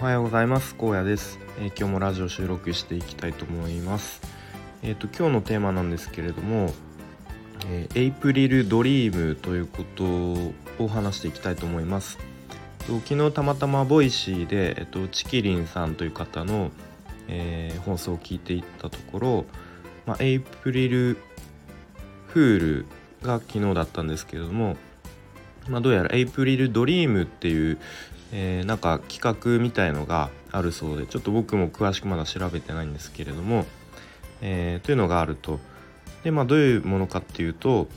はようございます。荒野です。今日もラジオ収録していきたいと思います。今日のテーマなんですけれども、エイプリルドリームということを話していきたいと思います。昨日たまたまボイシーで、チキリンさんという方の、放送を聞いていったところ、エイプリルフールが昨日だったんですけれども、どうやらエイプリルドリームっていう、なんか企画みたいのがあるそうで、ちょっと僕も詳しくまだ調べてないんですけれども、というのがあると。で、どういうものかっていうと、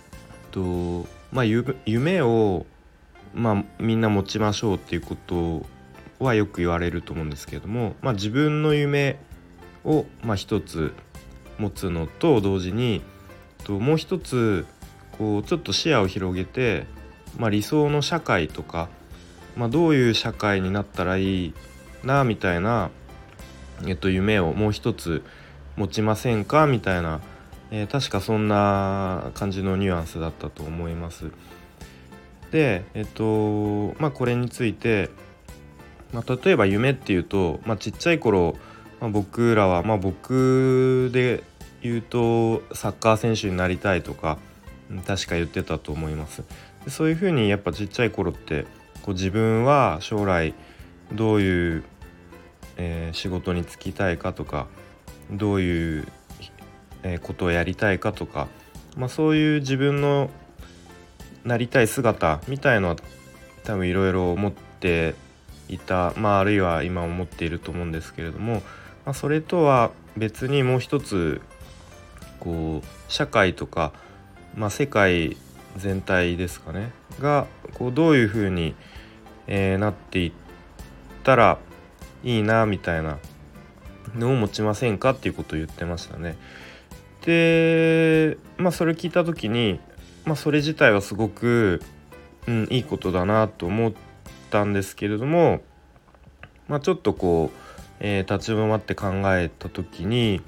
夢を、みんな持ちましょうっていうことはよく言われると思うんですけれども、自分の夢を、一つ持つのと同時に、もう一つこうちょっと視野を広げて、理想の社会とか、どういう社会になったらいいなみたいな、夢をもう一つ持ちませんかみたいな、確かそんな感じのニュアンスだったと思います。で、これについて、例えば夢っていうと、ちっちゃい頃、僕らは、僕で言うとサッカー選手になりたいとか、確か言ってたと思います。でそういうふうにやっぱちっちゃい頃ってこう自分は将来どういう、仕事に就きたいかとか、どういう、ことをやりたいかとか、そういう自分のなりたい姿みたいのは多分いろいろ思っていた、あるいは今思っていると思うんですけれども、それとは別にもう一つこう社会とか、世界全体ですかねがこうどういうふうに、なっていったらいいなみたいなのを持ちませんかっていうことを言ってましたね。で、それ聞いた時に、それ自体はすごく、いいことだなと思ったんですけれども、ちょっとこう、立ち止まって考えた時に、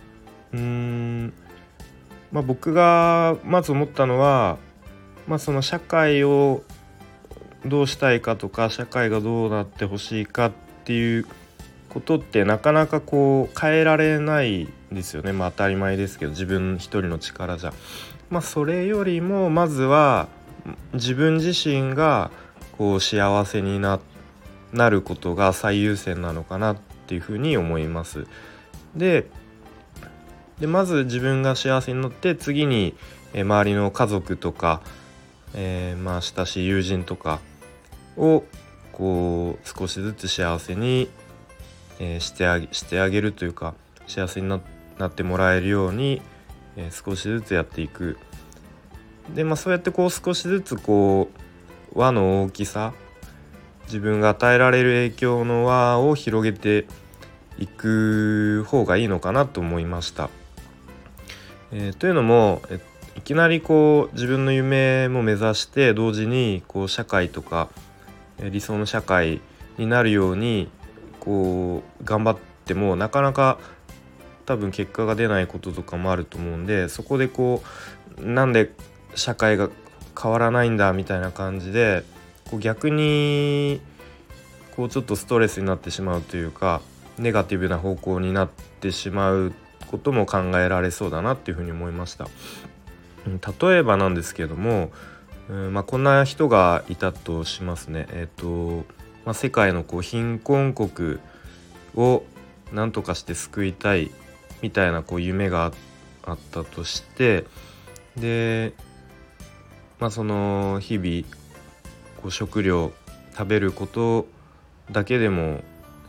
僕がまず思ったのは、その社会をどうしたいかとか、社会がどうなってほしいかっていうことってなかなかこう変えられないんですよね。当たり前ですけど、自分一人の力じゃ。それよりもまずは自分自身がこう幸せになることが最優先なのかなっていうふうに思います。でまず自分が幸せになって、次に周りの家族とか、親しい友人とかをこう少しずつ幸せに、してあげるというか、幸せになってもらえるように、少しずつやっていく。でそうやってこう少しずつこう輪の大きさ、自分が与えられる影響の輪を広げていく方がいいのかなと思いました。というのも、いきなりこう自分の夢も目指して同時にこう社会とか、理想の社会になるようにこう頑張ってもなかなか多分結果が出ないこととかもあると思うんで、そこでこうなんで社会が変わらないんだみたいな感じでこう逆にこうちょっとストレスになってしまうというか、ネガティブな方向になってしまうことも考えられそうだなっていうふうに思いました。例えばなんですけども、こんな人がいたとしますね。世界のこう貧困国を何とかして救いたいみたいなこう夢があったとして、で、その日々こう食料食べることだけでも、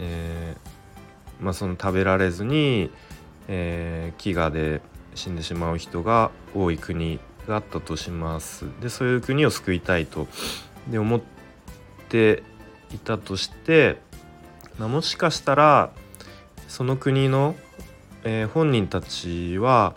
その食べられずに、飢餓で死んでしまう人が多い国があったとします。でそういう国を救いたいと思っていたとして、もしかしたらその国の、本人たちは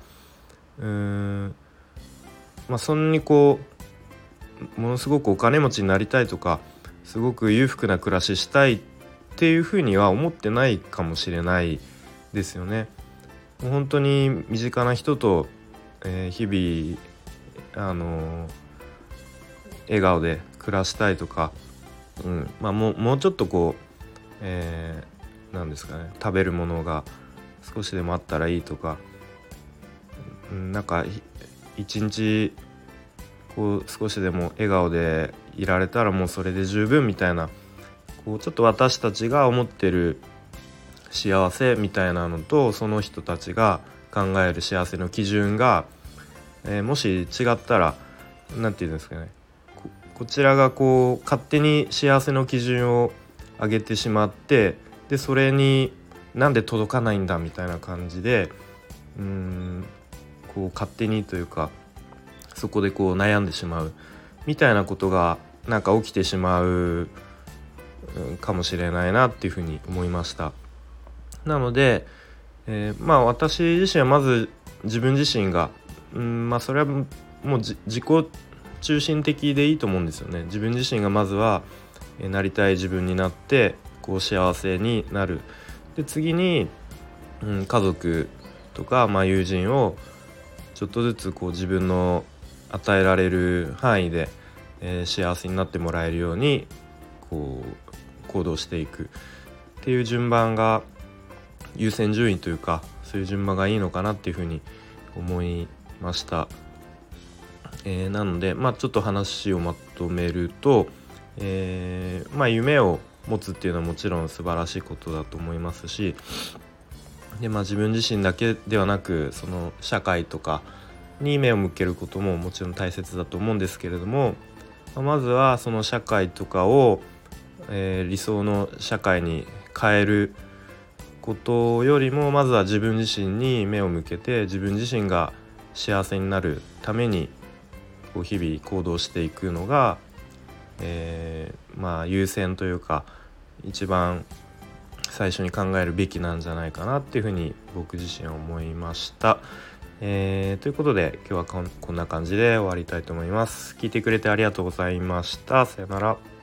そんなにこうものすごくお金持ちになりたいとか、すごく裕福な暮らししたいっていうふうには思ってないかもしれないですよね。もう本当に身近な人と、日々笑顔で暮らしたいとか、もうちょっとこう、 なんですかね、食べるものが少しでもあったらいいとか、なんか一日こう少しでも笑顔でいられたらもうそれで十分みたいな、こうちょっと私たちが思ってる幸せみたいなのとその人たちが考える幸せの基準が、もし違ったらなんていうんですかね、こちらがこう勝手に幸せの基準を上げてしまって、でそれになんで届かないんだみたいな感じでこう勝手にというかそこでこう悩んでしまうみたいなことがなんか起きてしまうかもしれないなっていうふうに思いました。なので、私自身はまず自分自身がそれはもう自己中心的でいいと思うんですよね。自分自身がまずはなりたい自分になってこう幸せになる。で次に、家族とか、友人をちょっとずつこう自分の与えられる範囲で、幸せになってもらえるようにこう行動していくっていう順番が優先順位というか、そういう順番がいいのかなっていうふうに思いました。なので、ちょっと話をまとめると、夢を持つっていうのはもちろん素晴らしいことだと思いますし、で、自分自身だけではなくその社会とかに目を向けることももちろん大切だと思うんですけれども、まずはその社会とかを、理想の社会に変えることよりもまずは自分自身に目を向けて自分自身が幸せになるためにこう日々行動していくのが、優先というか一番最初に考えるべきなんじゃないかなっていうふうに僕自身は思いました。ということで今日はこんな感じで終わりたいと思います。聞いてくれてありがとうございました。さよなら。